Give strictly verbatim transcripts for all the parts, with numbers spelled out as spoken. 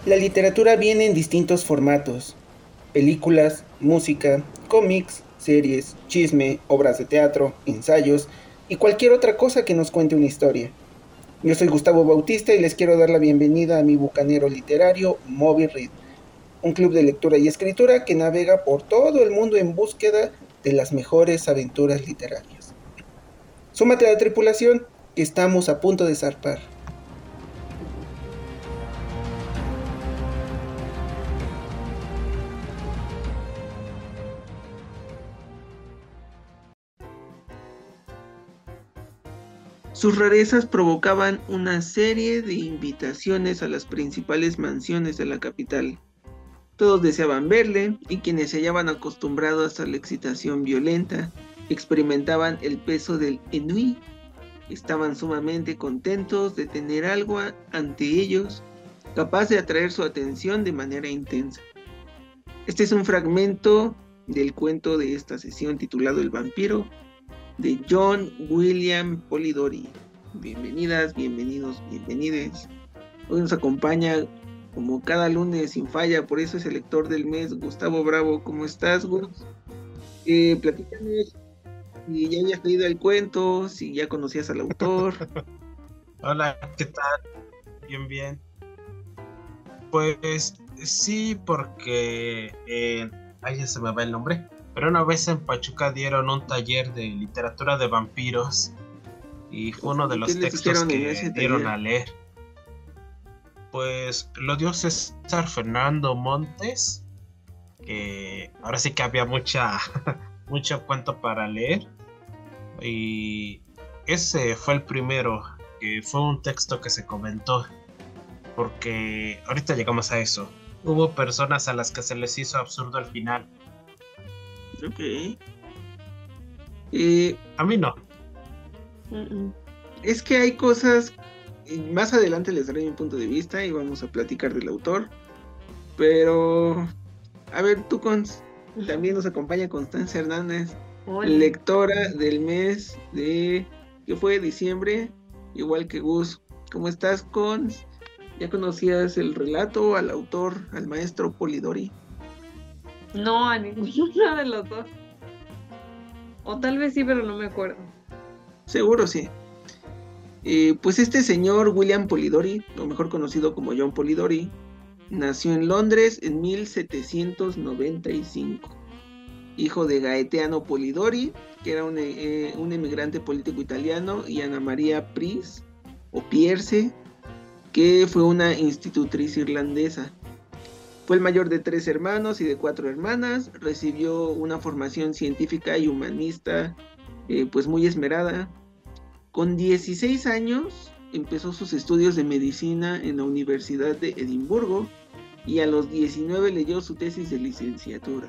La literatura viene en distintos formatos: películas, música, cómics, series, chisme, obras de teatro, ensayos y cualquier otra cosa que nos cuente una historia. Yo soy Gustavo Bautista y les quiero dar la bienvenida a mi bucanero literario Moby Read, un club de lectura y escritura que navega por todo el mundo en búsqueda de las mejores aventuras literarias. Súmate a la tripulación, que estamos a punto de zarpar. Sus rarezas provocaban una serie de invitaciones a las principales mansiones de la capital. Todos deseaban verle, y quienes se hallaban acostumbrados a la excitación violenta experimentaban el peso del ennui. Estaban sumamente contentos de tener algo a- ante ellos capaz de atraer su atención de manera intensa. Este es un fragmento del cuento de esta sesión titulado El vampiro, de John William Polidori. Bienvenidas, bienvenidos, bienvenides. Hoy nos acompaña, como cada lunes sin falla, por eso es el lector del mes, Gustavo Bravo. ¿Cómo estás, Gus? Eh, platícanos si ya habías leído el cuento, si ya conocías al autor. Hola, ¿qué tal? Bien, bien. Pues sí, porque eh, ahí ya se me va el nombre. Pero una vez en Pachuca dieron un taller de literatura de vampiros y fue uno de ¿Y qué los les textos dijeron en que ese dieron taller? a leer. Pues lo dio César Fernando Montes, que ahora sí que había mucha, mucho cuento para leer. Y ese fue el primero, que fue un texto que se comentó. Porque ahorita llegamos a eso. Hubo personas a las que se les hizo absurdo el final. Ok. Eh, A mí no. mm, es que hay cosas, y más adelante les daré mi punto de vista y vamos a platicar del autor, pero a ver, tú, Cons, también nos acompaña Constancia Hernández, Hola. lectora del mes de, que fue diciembre, igual que Gus. ¿Cómo estás, Cons? ¿Ya conocías el relato, al autor, al maestro Polidori? No, a ninguno de los dos. O tal vez sí, pero no me acuerdo. Seguro sí. Eh, pues este señor William Polidori, o mejor conocido como John Polidori, nació en Londres en mil setecientos noventa y cinco, hijo de Gaetano Polidori, que era un, eh, un emigrante político italiano, y Ana María Pris, o Pierce, que fue una institutriz irlandesa. Fue el mayor de tres hermanos y de cuatro hermanas, recibió una formación científica y humanista eh, pues muy esmerada. Con dieciséis años empezó sus estudios de medicina en la Universidad de Edimburgo y a los diecinueve leyó su tesis de licenciatura.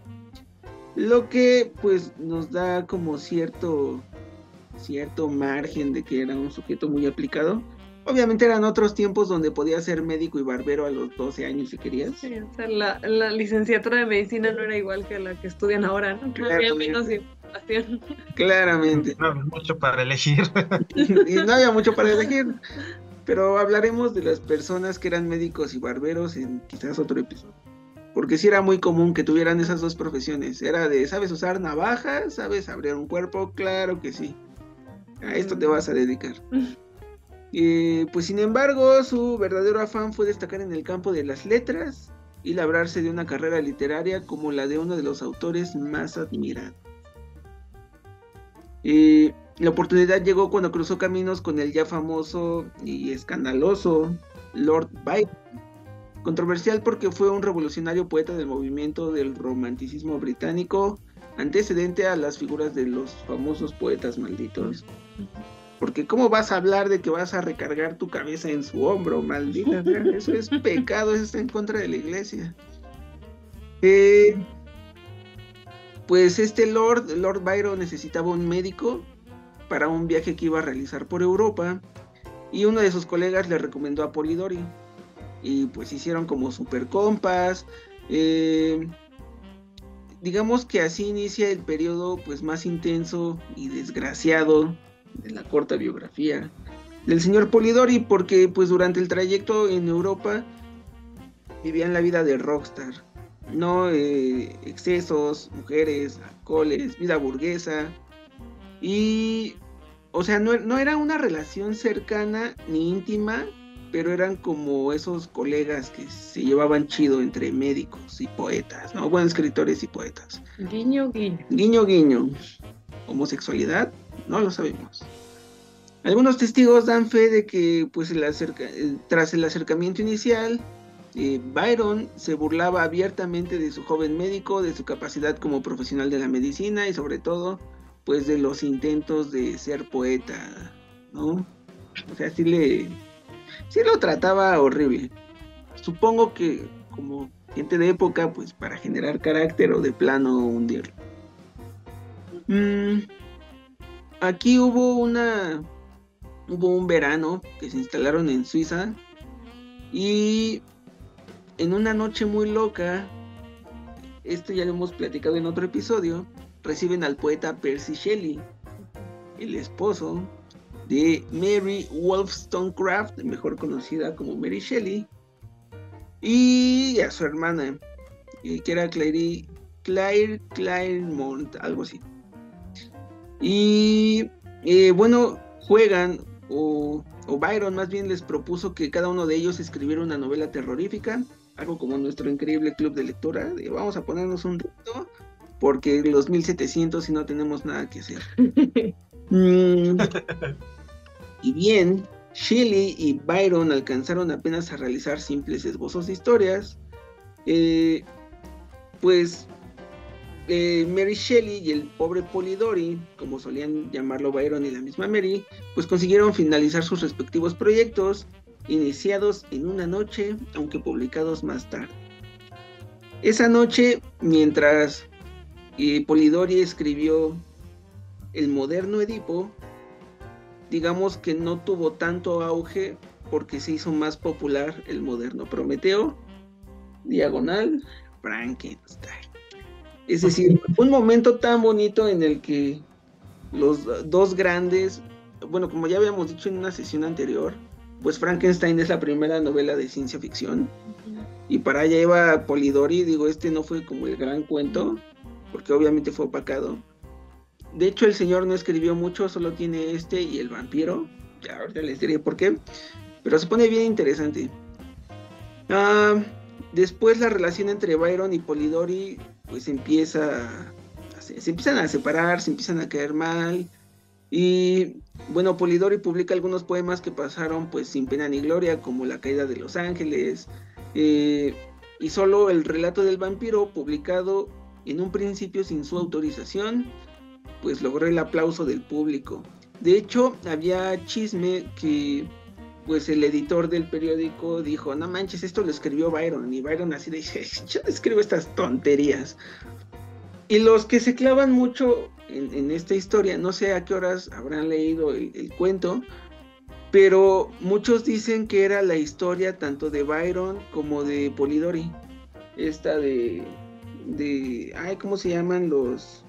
Lo que pues nos da como cierto, cierto margen de que era un sujeto muy aplicado. Obviamente eran otros tiempos donde podías ser médico y barbero a los doce años si querías. Sí, o sea, la, la licenciatura de medicina no era igual que la que estudian ahora, ¿no? Que había menos información. Claramente. No había mucho para elegir. Y no había mucho para elegir. Pero hablaremos de las personas que eran médicos y barberos en quizás otro episodio. Porque sí era muy común que tuvieran esas dos profesiones. Era de, ¿sabes usar navajas? ¿Sabes abrir un cuerpo? Claro que sí. A esto te vas a dedicar. Eh, pues sin embargo, su verdadero afán fue destacar en el campo de las letras y labrarse de una carrera literaria como la de uno de los autores más admirados. Eh, la oportunidad llegó cuando cruzó caminos con el ya famoso y escandaloso Lord Byron, controversial porque fue un revolucionario poeta del movimiento del romanticismo británico, antecedente a las figuras de los famosos poetas malditos. Porque ¿cómo vas a hablar de que vas a recargar tu cabeza en su hombro, maldita sea? Eso es pecado, eso está en contra de la iglesia. Eh, pues este Lord, Lord Byron necesitaba un médico para un viaje que iba a realizar por Europa, y uno de sus colegas le recomendó a Polidori, y pues hicieron como super compas. Eh, digamos que así inicia el periodo pues más intenso y desgraciado de la corta biografía del señor Polidori, porque pues durante el trayecto en Europa vivían la vida de rockstar, no eh, excesos, mujeres, alcoholes, vida burguesa. Y, o sea, no, no era una relación cercana ni íntima, pero eran como esos colegas que se llevaban chido entre médicos y poetas, ¿no? Bueno, escritores y poetas. Guiño, guiño. Guiño, guiño. ¿Homosexualidad? No lo sabemos. Algunos testigos dan fe de que, pues, el acerca, tras el acercamiento inicial, eh, Byron se burlaba abiertamente de su joven médico, de su capacidad como profesional de la medicina y sobre todo, pues, de los intentos de ser poeta, ¿no? O sea, sí le, sí lo trataba horrible. Supongo que como gente de época, pues, para generar carácter o de plano hundirlo. Mm, aquí hubo una... Hubo un verano que se instalaron en Suiza y en una noche muy loca, esto ya lo hemos platicado en otro episodio, reciben al poeta Percy Shelley, el esposo de Mary Wollstonecraft, mejor conocida como Mary Shelley, y a su hermana, que era Claire, Claire Claremont, algo así. Y eh, bueno, juegan... O, o Byron más bien les propuso que cada uno de ellos escribiera una novela terrorífica, algo como nuestro increíble club de lectura, de vamos a ponernos un reto, porque los mil setecientos y no tenemos nada que hacer. mm, y bien, Shelley y Byron alcanzaron apenas a realizar simples esbozos de historias, eh, pues... Eh, Mary Shelley y el pobre Polidori, como solían llamarlo Byron y la misma Mary, pues consiguieron finalizar sus respectivos proyectos, iniciados en una noche, aunque publicados más tarde. Esa noche, mientras eh, Polidori escribió el moderno Edipo, digamos que no tuvo tanto auge porque se hizo más popular el moderno Prometeo, diagonal Frankenstein. Es decir, un momento tan bonito en el que los dos grandes, bueno, como ya habíamos dicho en una sesión anterior, pues Frankenstein es la primera novela de ciencia ficción. Uh-huh. Y para allá iba Polidori, digo, este no fue como el gran cuento, porque obviamente fue opacado. De hecho, el señor no escribió mucho, solo tiene este y el vampiro. Ya ahorita les diré por qué. Pero se pone bien interesante. Ah... Uh, Después la relación entre Byron y Polidori pues empieza a, se, se empiezan a separar, se empiezan a caer mal y bueno, Polidori publica algunos poemas que pasaron pues sin pena ni gloria, como La caída de los ángeles, eh, y solo El relato del vampiro, publicado en un principio sin su autorización, pues logró el aplauso del público. De hecho, había chisme que pues el editor del periódico dijo, no manches, esto lo escribió Byron, y Byron así dice, yo escribo estas tonterías. Y los que se clavan mucho en, en esta historia, no sé a qué horas habrán leído el, el cuento, pero muchos dicen que era la historia tanto de Byron como de Polidori. Esta de, de, ay, ¿cómo se llaman los,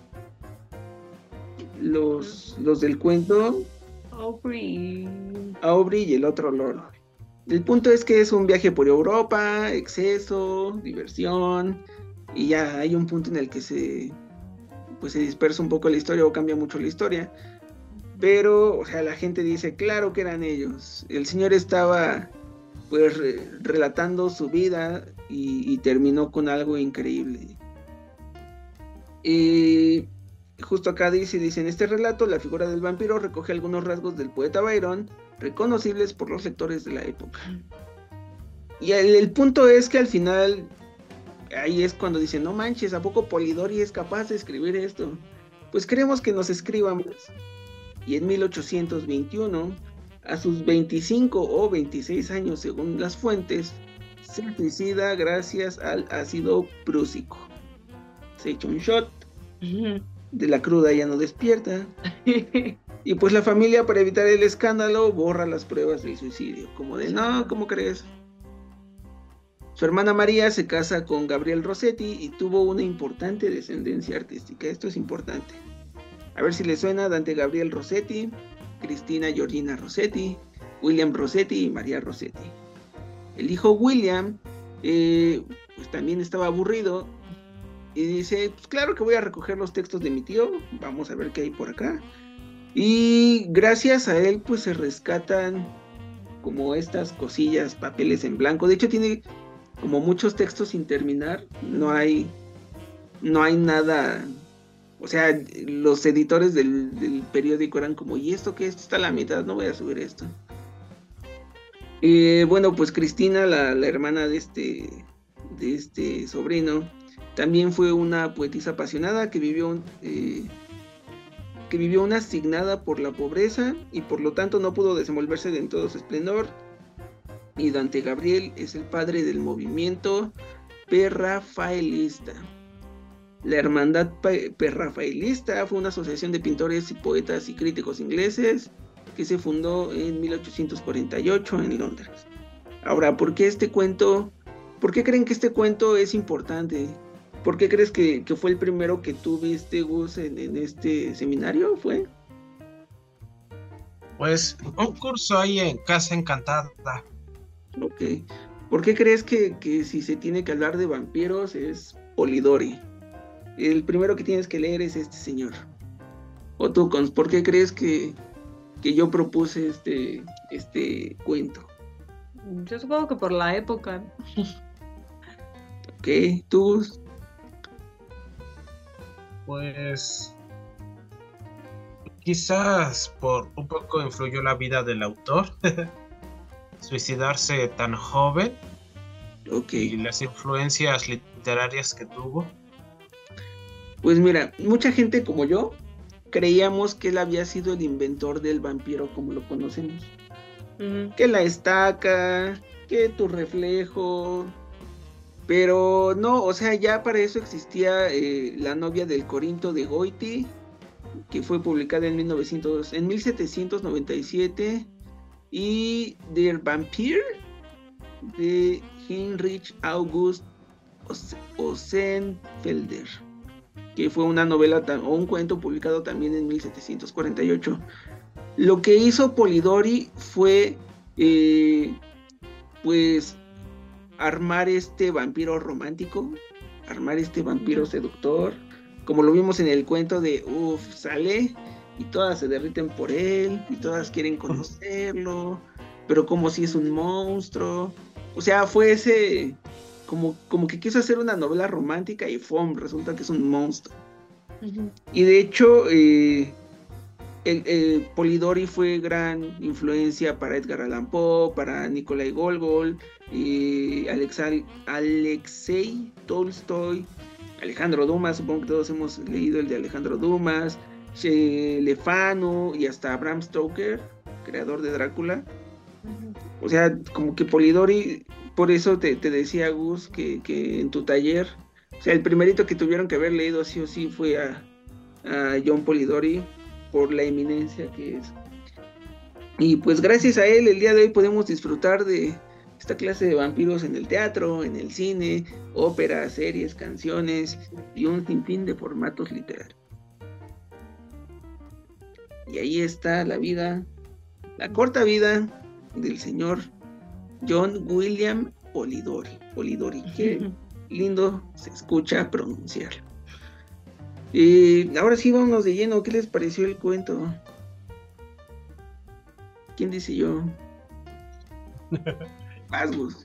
los, los del cuento? Aubrey. Aubrey y el otro lord. El punto es que es un viaje por Europa, exceso, diversión, y ya hay un punto en el que se pues se dispersa un poco la historia o cambia mucho la historia. Pero, o sea, la gente dice, claro que eran ellos. El señor estaba pues re- relatando su vida y, y terminó con algo increíble. Y justo acá dice, dice, en este relato la figura del vampiro recoge algunos rasgos del poeta Byron, reconocibles por los lectores de la época. Y el, el punto es que al final, ahí es cuando dicen, no manches, ¿a poco Polidori es capaz de escribir esto? Pues queremos que nos escriba más. Y en mil ochocientos veintiuno, a sus veinticinco o veintiséis años según las fuentes, se suicida gracias al ácido prúsico. Se echa un shot, de la cruda ya no despierta, y pues la familia, para evitar el escándalo, borra las pruebas del suicidio, como de, no, ¿cómo crees? Su hermana María se casa con Gabriel Rossetti y tuvo una importante descendencia artística. Esto es importante. A ver si le suena: Dante Gabriel Rossetti, Cristina Georgina Rossetti, William Rossetti y María Rossetti. El hijo William eh, pues también estaba aburrido y dice, pues claro que voy a recoger los textos de mi tío, vamos a ver qué hay por acá. Y gracias a él pues se rescatan como estas cosillas, papeles en blanco. De hecho tiene como muchos textos sin terminar, no hay, no hay nada. O sea, los editores del, del periódico eran como, ¿y esto qué? Esto está a la mitad, no voy a subir esto. Eh, bueno, pues Cristina, la, la hermana de este, de este sobrino, también fue una poetisa apasionada que vivió, eh, que vivió una asignada por la pobreza y por lo tanto no pudo desenvolverse en todo su esplendor. Y Dante Gabriel es el padre del movimiento prerrafaelista. La Hermandad Prerrafaelista fue una asociación de pintores y poetas y críticos ingleses que se fundó en mil ochocientos cuarenta y ocho en Londres. Ahora, ¿por qué este cuento? ¿Por qué creen que este cuento es importante? ¿Por qué crees que, que fue el primero que tú viste, Gus, en, en este seminario? ¿Fue? Pues un curso ahí en Casa Encantada. Ok. ¿Por qué crees que, que si se tiene que hablar de vampiros es Polidori? El primero que tienes que leer es este señor. O tú, Cons, ¿por qué crees que, que yo propuse este, este cuento? Yo supongo que por la época. Ok, tú. Pues quizás por un poco influyó la vida del autor. Suicidarse tan joven. Ok. Y las influencias literarias que tuvo. Pues mira, mucha gente como yo creíamos que él había sido el inventor del vampiro como lo conocemos. Uh-huh. Que la estaca, que tu reflejo, pero no, o sea, ya para eso existía eh, La novia del Corinto de Goethe, que fue publicada en, mil novecientos, en mil setecientos noventa y siete, y Der Vampir de Heinrich August Osenfelder, que fue una novela o un cuento publicado también en mil setecientos cuarenta y ocho. Lo que hizo Polidori fue eh, pues armar este vampiro romántico, armar este vampiro seductor, como lo vimos en el cuento de uff, sale y todas se derriten por él y todas quieren conocerlo, pero como si es un monstruo. O sea, fue ese Como, como que quiso hacer una novela romántica y ¡fum! Resulta que es un monstruo. Uh-huh. Y de hecho, eh, el, el Polidori fue gran influencia para Edgar Allan Poe, para Nikolai Gogol, eh, Alexei, Alexei Tolstoy, Alejandro Dumas, supongo que todos hemos leído el de Alejandro Dumas, Le Fanu y hasta Bram Stoker, creador de Drácula. Uh-huh. O sea, como que Polidori... Por eso te, te decía, Gus, que, que en tu taller, o sea, el primerito que tuvieron que haber leído sí o sí fue a, a John Polidori, por la eminencia que es. Y pues gracias a él, el día de hoy podemos disfrutar de esta clase de vampiros en el teatro, en el cine, ópera, series, canciones y un sinfín de formatos literarios. Y ahí está la vida, la corta vida del señor John William Polidori. Polidori, qué lindo se escucha pronunciar. Y ahora sí, vámonos de lleno. ¿Qué les pareció el cuento? ¿Quién dice yo? Vasgus.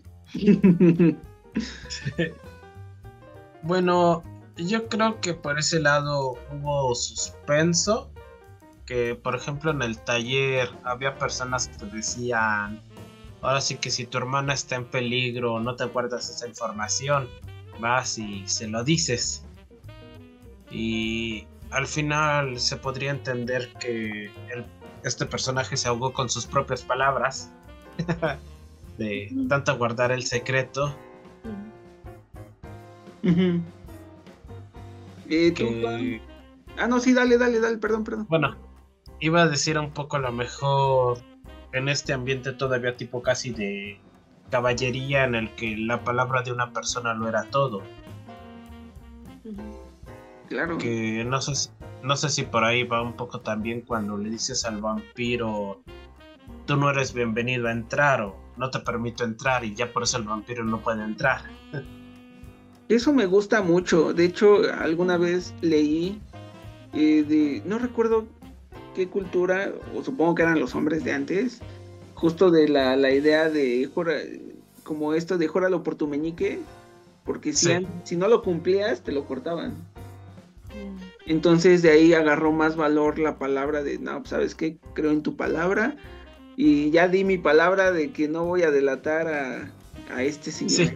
Bueno, yo creo que por ese lado hubo suspenso. Que por ejemplo en el taller había personas que decían: ahora sí que si tu hermana está en peligro, no te guardas esa información, vas y se lo dices. Y al final se podría entender que el, este personaje se ahogó con sus propias palabras de tanto guardar el secreto. Uh-huh. eh, que... Ah, no, sí, dale, dale, dale, perdón, perdón. Bueno, iba a decir un poco a lo mejor... en este ambiente todavía tipo casi de caballería en el que la palabra de una persona lo era todo. Claro. Que no sé, no sé si por ahí va un poco también cuando le dices al vampiro tú no eres bienvenido a entrar o no te permito entrar y ya por eso el vampiro no puede entrar. Eso me gusta mucho. De hecho, alguna vez leí eh, de, no recuerdo qué cultura, o supongo que eran los hombres de antes, justo de la, la idea de jura, como esto de jóralo por tu meñique, porque si, Sí. si no lo cumplías, te lo cortaban. Entonces de ahí agarró más valor la palabra de, no, pues, ¿sabes qué? Creo en tu palabra y ya di mi palabra de que no voy a delatar a, a este señor. Sí.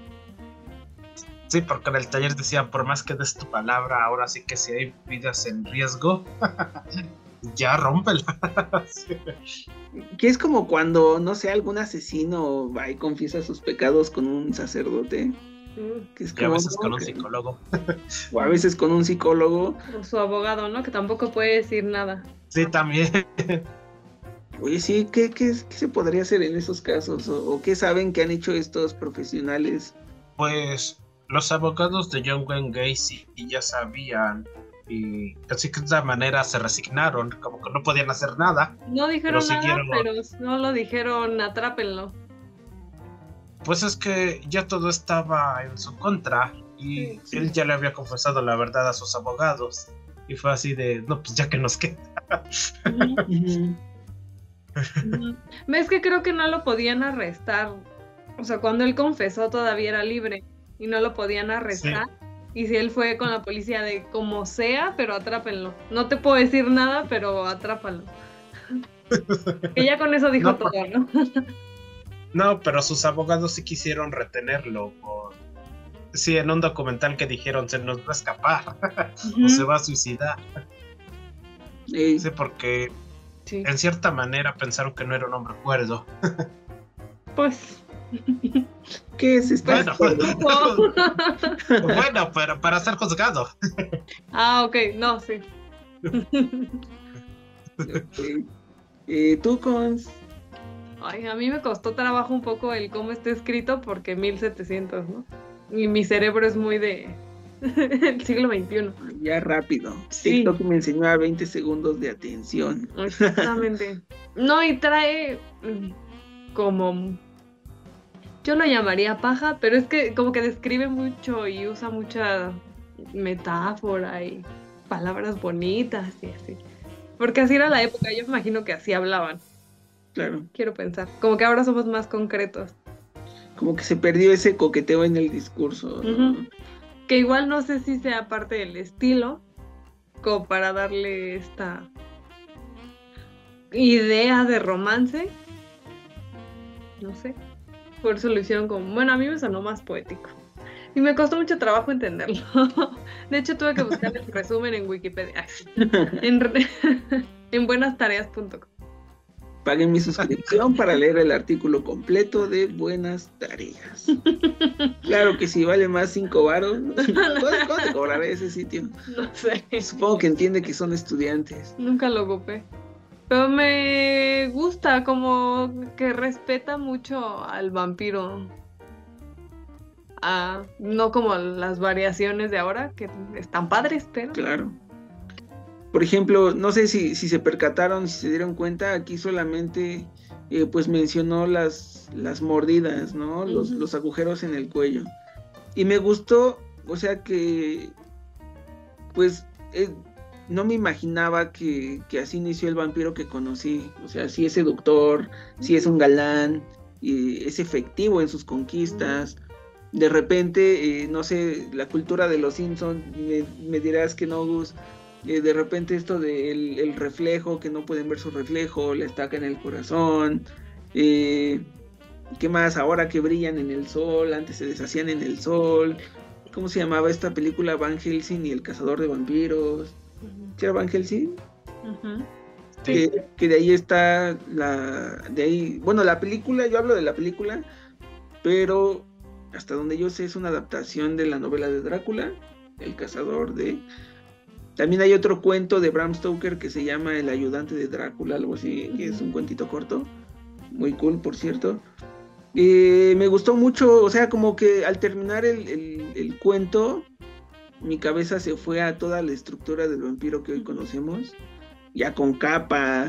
Sí, porque en el taller decían, por más que des tu palabra, ahora sí que si hay vidas en riesgo, ya rómpela. Sí. Que es como cuando, no sé, algún asesino va y confiesa sus pecados con un sacerdote. Que es Y a como, veces con ¿no? un Que- psicólogo. O a veces con un psicólogo. O su abogado, ¿no? Que tampoco puede decir nada. Sí, también. Oye, sí, ¿qué, qué, qué se podría hacer en esos casos? ¿O, o qué saben que han hecho estos profesionales? Pues los abogados de John Wayne Gacy ya sabían y de cierta manera se resignaron, como que no podían hacer nada. No dijeron Pero nada, siguieron- pero no lo dijeron, atrápenlo. Pues es que ya todo estaba en su contra y Sí, sí. él ya le había confesado la verdad a sus abogados. Y fue así de, no, pues ya que nos queda. Ujú, ujú. ¿Ves que creo que no lo podían arrestar? O sea, cuando él confesó todavía era libre y no lo podían arrestar. Y si él fue con la policía de como sea, pero atrápenlo. No te puedo decir nada, pero atrápalo. Que ya con eso dijo No, todo, ¿no? No, pero sus abogados sí quisieron retenerlo. Por... Sí, en un documental que dijeron se nos va a escapar o se va a suicidar. Eh, Sí, porque Sí. en cierta manera pensaron que no era un hombre cuerdo. Pues. ¿Qué es esto? Bueno, No. bueno, pero para ser juzgado. Ah, ok, no, sí. Eh, eh, tú con... Ay, a mí me costó trabajo un poco el cómo está escrito porque mil setecientos, ¿no? Y mi cerebro es muy de el siglo veintiuno. Ya rápido. Sí. TikTok me enseñó a veinte segundos de atención. Exactamente. No, y trae mm, como... Yo lo llamaría paja, pero es que como que describe mucho y usa mucha metáfora y palabras bonitas y así. Porque así era la época, yo me imagino que así hablaban, Claro. quiero pensar. Como que ahora somos más concretos. Como que se perdió ese coqueteo en el discurso, ¿no? Ujú. Que igual no sé si sea parte del estilo, como para darle esta idea de romance. No sé. Por eso lo hicieron como... Bueno, a mí me sonó más poético. Y me costó mucho trabajo entenderlo. De hecho, tuve que buscar el resumen en Wikipedia. Ay, en, re- en buenastareas punto com. Paguen mi suscripción para leer el artículo completo de Buenas Tareas. Claro que sí, vale más cinco varos. ¿Cuánto, cuánto cobrará ese sitio? No sé. Supongo que entiende que son estudiantes. Nunca lo ocupé. Pero me gusta como que respeta mucho al vampiro. Ah, no como las variaciones de ahora, que están padres, pero... Claro. Por ejemplo, no sé si, si se percataron, si se dieron cuenta, aquí solamente eh, pues mencionó las, las mordidas, ¿no? Los, Ujú. los agujeros en el cuello. Y me gustó, o sea que, pues, eh, no me imaginaba que, que así inició el vampiro que conocí. O sea, sí es seductor, sí es un galán, y es efectivo en sus conquistas. De repente, eh, no sé, la cultura de los Simpsons, me, me dirás que no, Gus, eh, de repente esto del el reflejo, que no pueden ver su reflejo, le estaca en el corazón. Eh, ¿Qué más? Ahora que brillan en el sol, antes se deshacían en el sol. ¿Cómo se llamaba esta película? Van Helsing y el cazador de vampiros. ¿Sí era Van Helsing? Ujú. Que, que de ahí está la... de ahí, bueno, la película, yo hablo de la película, pero hasta donde yo sé es una adaptación de la novela de Drácula, El cazador de... También hay otro cuento de Bram Stoker que se llama El ayudante de Drácula, algo así, que es un cuentito corto, muy cool, por cierto. Eh, me gustó mucho, o sea, como que al terminar el, el, el cuento, mi cabeza se fue a toda la estructura del vampiro que hoy conocemos, ya con capa,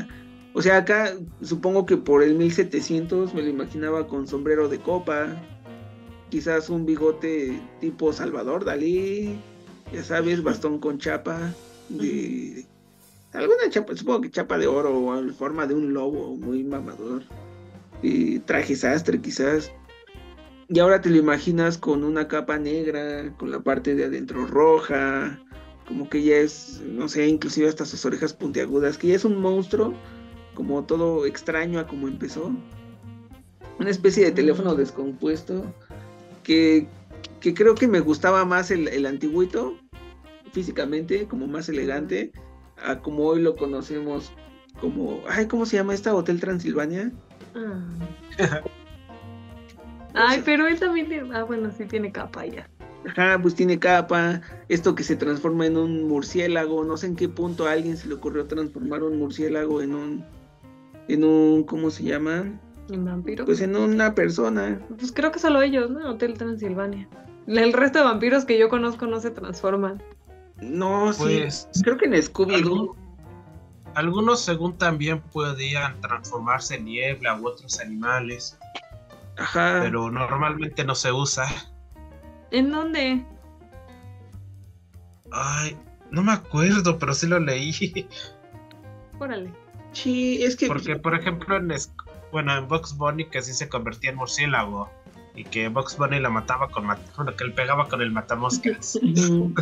O sea, acá supongo que por el mil setecientos me lo imaginaba con sombrero de copa, quizás un bigote tipo Salvador Dalí, ya sabes, bastón con chapa, de alguna chapa, supongo que chapa de oro o en forma de un lobo muy mamador, y traje sastre quizás. Y ahora te lo imaginas con una capa negra, con la parte de adentro roja, como que ya es, no sé, inclusive hasta sus orejas puntiagudas, que ya es un monstruo, como todo extraño a como empezó. Una especie de teléfono descompuesto, que, que creo que me gustaba más el, el antiguito, físicamente, como más elegante, a como hoy lo conocemos como, ay, ¿cómo se llama esta? Hotel Transilvania. Ah. Ay, pero él también tiene, ah, bueno, sí tiene capa ya. Ajá, pues tiene capa, esto que se transforma en un murciélago, no sé en qué punto a alguien se le ocurrió transformar un murciélago en un, en un, ¿cómo se llama? ¿En vampiro? Pues en una persona. Pues creo que solo ellos, ¿no? Hotel Transilvania. El resto de vampiros que yo conozco no se transforman. No, Pues, sí, creo que en Scooby-Doo. algún- algunos según también podían transformarse en niebla u otros animales, Ajá. pero normalmente no se usa. ¿En dónde? Ay, no me acuerdo, pero sí lo leí. Órale. Sí, es que. Porque, por ejemplo, en, es- bueno, en Bugs Bunny, que sí se convertía en murciélago, y que Bugs Bunny la mataba con, mat- bueno, que él pegaba con el matamoscas. Ujú.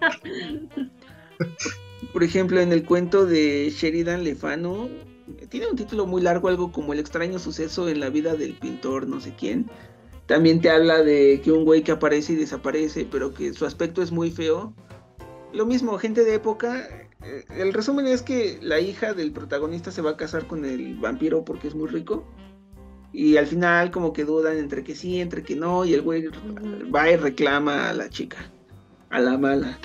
Por ejemplo, en el cuento de Sheridan Le Fanu, tiene un título muy largo, algo como El extraño suceso en la vida del pintor, no sé quién. También te habla de que un güey que aparece y desaparece, pero que su aspecto es muy feo. Lo mismo, gente de época. eh, El resumen es que la hija del protagonista se va a casar con el vampiro porque es muy rico. Y al final como que dudan entre que sí, entre que no, y el güey Ujú. va y reclama a la chica, a la mala.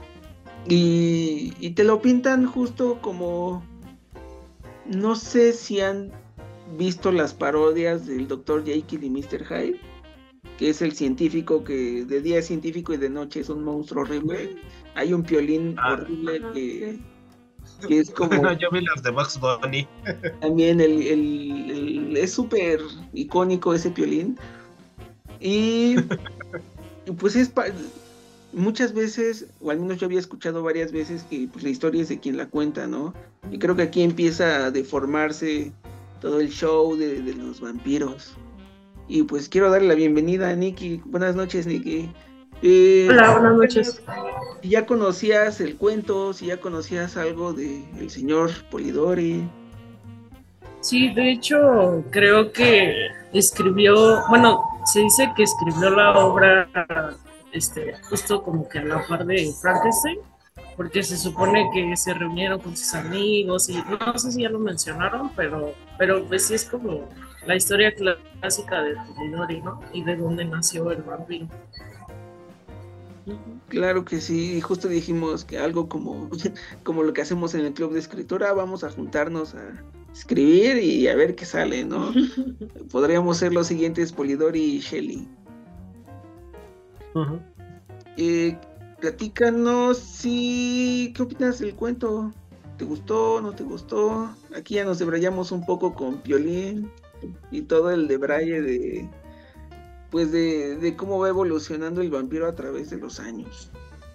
Y, y te lo pintan justo como, no sé si han visto las parodias del doctor Jekyll y mister Hyde, que es el científico que de día es científico y de noche es un monstruo horrible. Hay un piolín Ah. horrible Ajá, que, sí. que es como Yo vi las de Bugs Bunny. también el, el- el- es súper icónico ese piolín. Y, y pues es pa- muchas veces, o al menos yo había escuchado varias veces que pues, la historia es de quien la cuenta, ¿no? Y creo que aquí empieza a deformarse todo el show de, de los vampiros. Y pues quiero darle la bienvenida a Nikki. Buenas noches, Nikki. Eh, Hola, buenas noches. si ya conocías el cuento, si ya conocías algo de el señor Polidori. Sí, de hecho, creo que escribió, bueno, se dice que escribió la obra este, justo como que a la par de Frankenstein, porque se supone que se reunieron con sus amigos y no sé si ya lo mencionaron, pero, pero pues sí es como la historia clásica de Polidori, ¿no? Y de dónde nació el vampiro. Claro que sí, y justo dijimos que algo como, como lo que hacemos en el club de escritura, vamos a juntarnos a escribir y a ver qué sale, ¿no? Podríamos ser los siguientes Polidori y Shelley. Ujú. Eh, platícanos si, ¿qué opinas del cuento? ¿Te gustó, no te gustó? Aquí ya nos debrayamos un poco con Piolín y todo el debraye de, pues de, de cómo va evolucionando el vampiro a través de los años.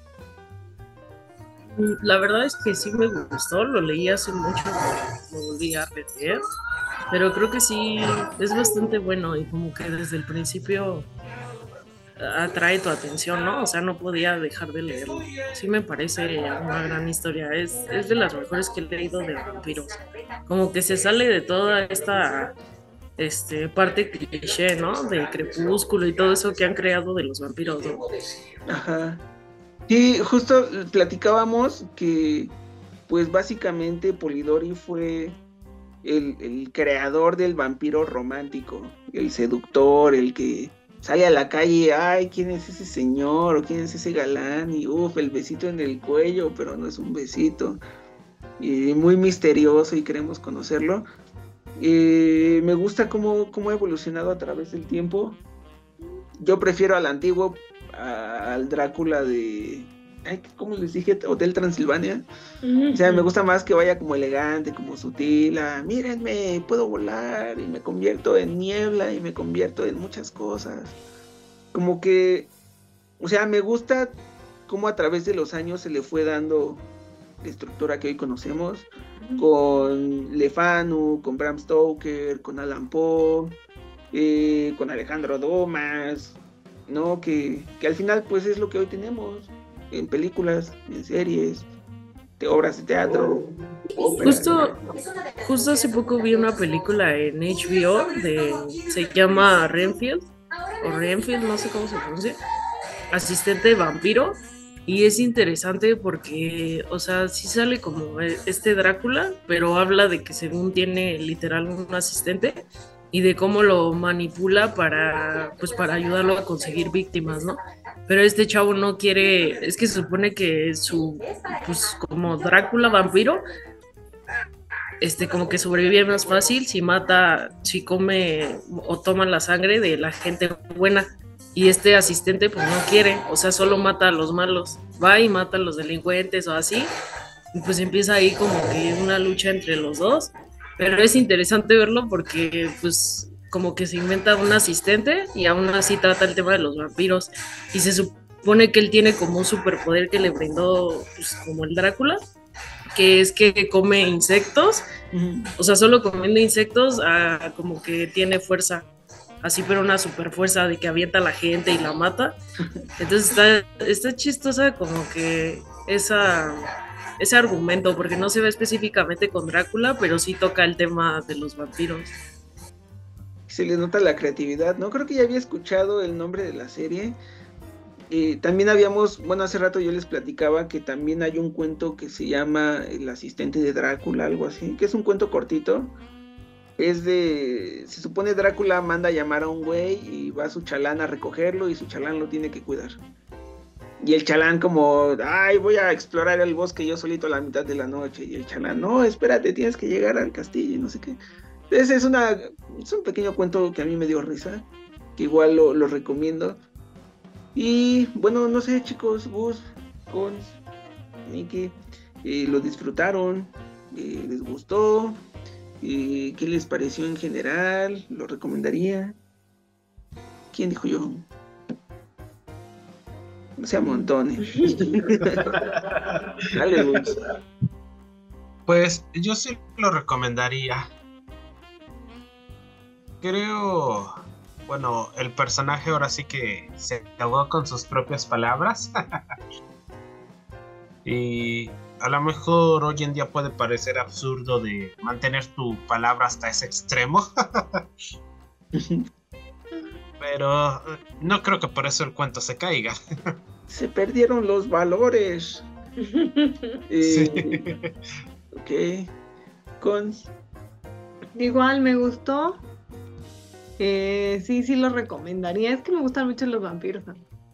La verdad es que sí me gustó, lo leí hace mucho, lo volví a releer, pero creo que sí es bastante bueno y como que desde el principio atrae tu atención, ¿no? O sea, no podía dejar de leerlo. Sí me parece una gran historia, es, es de las mejores que he leído de vampiros. Como que se sale de toda esta este, parte cliché, ¿no? De Crepúsculo y todo eso que han creado de los vampiros, ¿no? Ajá. Sí, justo platicábamos que, pues básicamente Polidori fue el, el creador del vampiro romántico, el seductor, el que sale a la calle, ay, ¿quién es ese señor? ¿O quién es ese galán? Y uff, el besito en el cuello, pero no es un besito. Y muy misterioso y queremos conocerlo. Eh, me gusta cómo, cómo ha evolucionado a través del tiempo. Yo prefiero al antiguo, a- al Drácula de, ay, ¿cómo les dije? Hotel Transilvania. O sea, me gusta más que vaya como elegante, como sutil, a, mírenme, puedo volar y me convierto en niebla y me convierto en muchas cosas. Como que, o sea, me gusta cómo a través de los años se le fue dando la estructura que hoy conocemos, con Le Fanu, con Bram Stoker, con Alan Poe, eh, con Alejandro Dumas, ¿no? Que, que al final pues es lo que hoy tenemos en películas, en series, de obras de teatro. Justo, justo hace poco vi una película en H B O de, se llama Renfield, o Renfield, no sé cómo se pronuncia, Asistente de Vampiro, y es interesante porque, o sea, sí sale como este Drácula, pero habla de que según tiene literal un asistente y de cómo lo manipula para, pues, para ayudarlo a conseguir víctimas, ¿no? Pero este chavo no quiere, es que se supone que su, pues como Drácula vampiro, este como que sobrevive más fácil si mata, si come o toma la sangre de la gente buena. Y este asistente pues no quiere, o sea, solo mata a los malos, va y mata a los delincuentes o así, y pues empieza ahí como que una lucha entre los dos, pero es interesante verlo porque pues como que se inventa un asistente y aún así trata el tema de los vampiros, y se supone que él tiene como un superpoder que le brindó pues, como el Drácula, que es que come insectos, uh-huh. O sea, solo comiendo insectos ah, como que tiene fuerza, así pero una super fuerza de que avienta a la gente y la mata. Entonces está, está chistosa como que esa, ese argumento, porque no se ve específicamente con Drácula, pero sí toca el tema de los vampiros. Se le nota la creatividad, ¿no? Creo que ya había escuchado el nombre de la serie. Eh, también habíamos, bueno, hace rato yo les platicaba que también hay un cuento que se llama El asistente de Drácula, algo así, que es un cuento cortito. Es de, se supone Drácula manda a llamar a un güey y va su chalán a recogerlo y su chalán lo tiene que cuidar. Y el chalán como, ay, voy a explorar el bosque yo solito a la mitad de la noche. Y el chalán, no, espérate, tienes que llegar al castillo y no sé qué. Entonces es, una, es un pequeño cuento que a mí me dio risa, que igual lo, lo recomiendo. Y bueno, no sé chicos, Gus, Cons, Nikki, eh, lo disfrutaron, eh, les gustó. ¿Qué les pareció en general? ¿Lo recomendaría? ¿Quién dijo yo? No sea montones. Dale, Gus. Pues yo sí lo recomendaría. Creo, bueno, el personaje ahora sí que se ahogó con sus propias palabras. Y a lo mejor hoy en día puede parecer absurdo de mantener tu palabra hasta ese extremo. Pero no creo que por eso el cuento se caiga. Se perdieron los valores. eh, sí. Ok. Con... Igual me gustó. Eh, sí, sí lo recomendaría. Es que me gustan mucho los vampiros.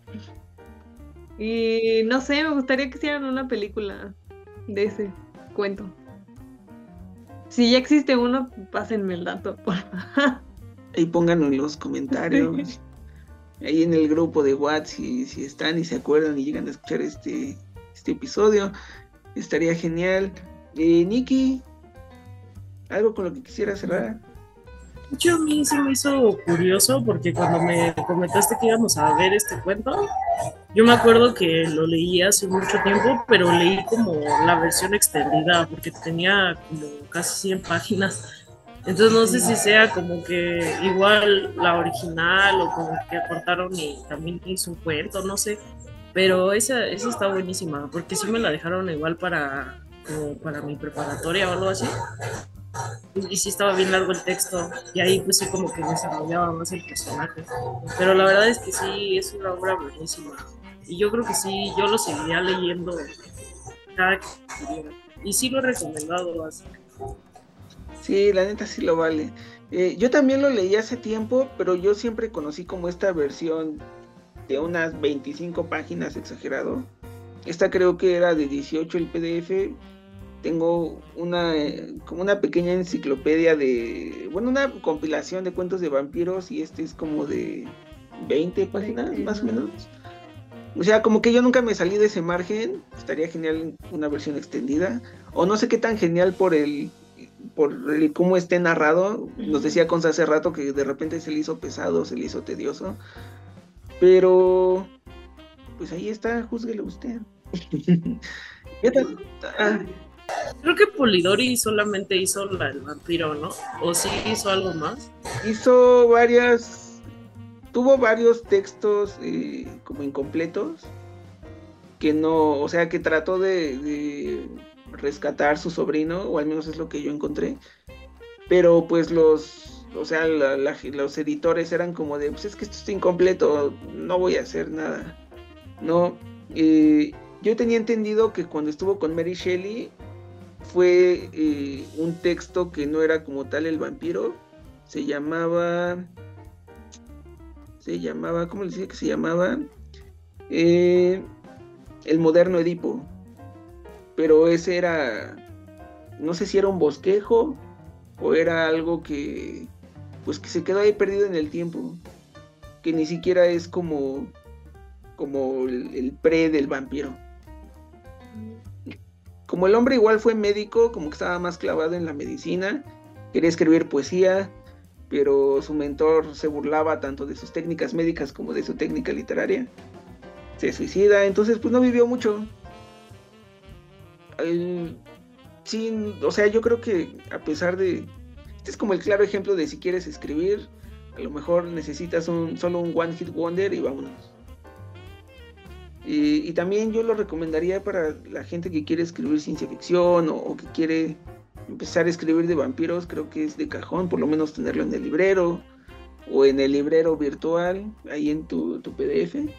Y no sé, me gustaría que hicieran una película de ese cuento. Si ya existe uno, pásenme el dato, por favor. Ahí pónganlo en los comentarios. Ahí en el grupo de WhatsApp, si, si están y se acuerdan y llegan a escuchar este, este episodio, estaría genial. Eh, Nikki, ¿algo con lo que quisiera cerrar? Yo a mí se me hizo curioso porque cuando me comentaste que íbamos a ver este cuento, yo me acuerdo que lo leí hace mucho tiempo, pero leí como la versión extendida porque tenía como casi cien páginas. Entonces no sé si sea como que igual la original o como que cortaron y también hizo un cuento, no sé. Pero esa, esa está buenísima porque sí me la dejaron igual para, como para mi preparatoria o algo así. Y sí estaba bien largo el texto y ahí pues sí como que desarrollaba más el personaje, pero la verdad es que sí es una obra buenísima y yo creo que sí, yo lo seguiría leyendo cada que pudiera y sí lo he recomendado así. Sí, la neta sí lo vale. eh, yo también lo leí hace tiempo, pero yo siempre conocí como esta versión de unas veinticinco páginas, exagerado. Esta creo que era de dieciocho el P D F. Tengo una como una pequeña enciclopedia de, bueno, una compilación de cuentos de vampiros y este es como de veinte páginas más o menos. O sea, como que yo nunca me salí de ese margen. Estaría genial una versión extendida. O no sé qué tan genial por el por el cómo esté narrado. Nos decía Conza hace rato que de repente se le hizo pesado, se le hizo tedioso. Pero pues ahí está, júzguelo usted. ah. Creo que Polidori solamente hizo la del vampiro, ¿no? ¿O sí hizo algo más? Hizo varias... Tuvo varios textos eh, como incompletos, que no... O sea, que trató de, de rescatar su sobrino, o al menos es lo que yo encontré. Pero pues los... O sea, la, la, los editores eran como de, pues es que esto está incompleto, no voy a hacer nada. No, eh, yo tenía entendido que cuando estuvo con Mary Shelley fue eh, un texto que no era como tal el vampiro, se llamaba, se llamaba, ¿cómo le decía que se llamaba? Eh, el moderno Edipo, pero ese era, no sé si era un bosquejo o era algo que, pues que se quedó ahí perdido en el tiempo, que ni siquiera es como, como el, el pre del vampiro. Como el hombre igual fue médico, como que estaba más clavado en la medicina, quería escribir poesía, pero su mentor se burlaba tanto de sus técnicas médicas como de su técnica literaria. Se suicida, entonces pues no vivió mucho. El, sí, o sea, yo creo que a pesar de... Este es como el claro ejemplo de si quieres escribir, a lo mejor necesitas un, solo un one hit wonder y vámonos. Y, y también yo lo recomendaría para la gente que quiere escribir ciencia ficción o, o que quiere empezar a escribir de vampiros. Creo que es de cajón, por lo menos tenerlo en el librero o en el librero virtual, ahí en tu, tu P D F.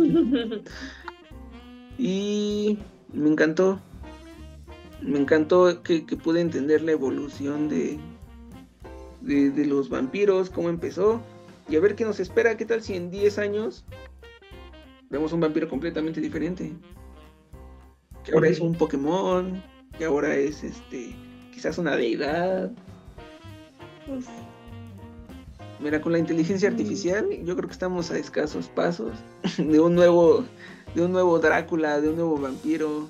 Y me encantó. Me encantó que, que pude entender la evolución de, de, de los vampiros, cómo empezó. Y a ver qué nos espera, qué tal si en diez años... vemos un vampiro completamente diferente. Que ahora es un Pokémon, que ahora es este, quizás una deidad. Pues, mira, con la inteligencia artificial, yo creo que estamos a escasos pasos de un nuevo, de un nuevo Drácula, de un nuevo vampiro.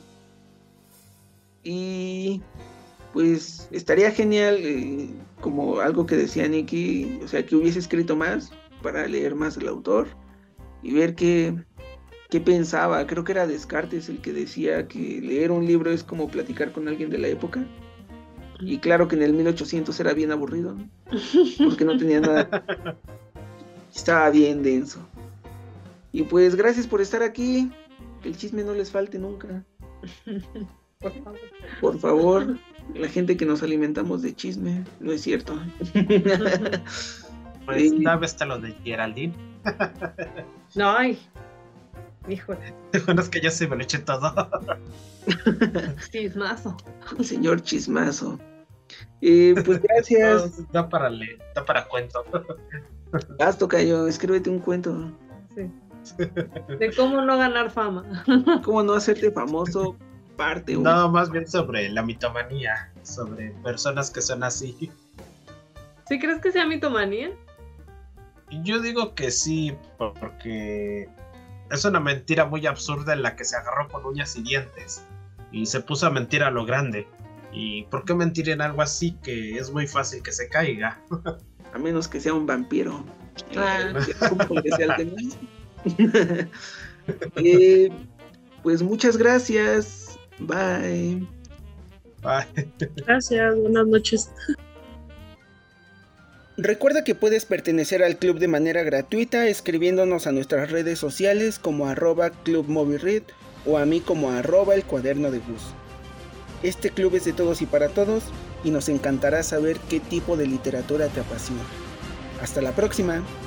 Y pues estaría genial, eh, como algo que decía Nikki, o sea, que hubiese escrito más para leer más al autor y ver qué ¿Qué pensaba? Creo que era Descartes el que decía que leer un libro es como platicar con alguien de la época. Y claro que en el mil ochocientos era bien aburrido, ¿no? Porque no tenía nada. Estaba bien denso. Y pues gracias por estar aquí. Que el chisme no les falte nunca. Por favor. Por favor, la gente que nos alimentamos de chisme, no es cierto. Pues Sí. tal vez te lo de Geraldine. No, ay. Híjole, Bueno, es que yo sí me lo eché todo. chismazo. Señor chismazo. Eh, pues gracias. No, da para leer, da para cuento. Haz, tocayo, escríbete un cuento. Sí. De cómo no ganar fama. ¿Cómo no hacerte famoso? Parte uno. No, más bien sobre la mitomanía, sobre personas que son así. ¿Sí crees que sea mitomanía? Yo digo que sí, porque es una mentira muy absurda en la que se agarró con uñas y dientes y se puso a mentir a lo grande. ¿Y por qué mentir en algo así que es muy fácil que se caiga? A menos que sea un vampiro. Ah. Que sea el tema. eh, pues muchas gracias. Bye. Bye. Gracias, buenas noches. Recuerda que puedes pertenecer al club de manera gratuita escribiéndonos a nuestras redes sociales como arroba Club Moviread o a mí como arroba el cuaderno de Gus. Este club es de todos y para todos y nos encantará saber qué tipo de literatura te apasiona. Hasta la próxima.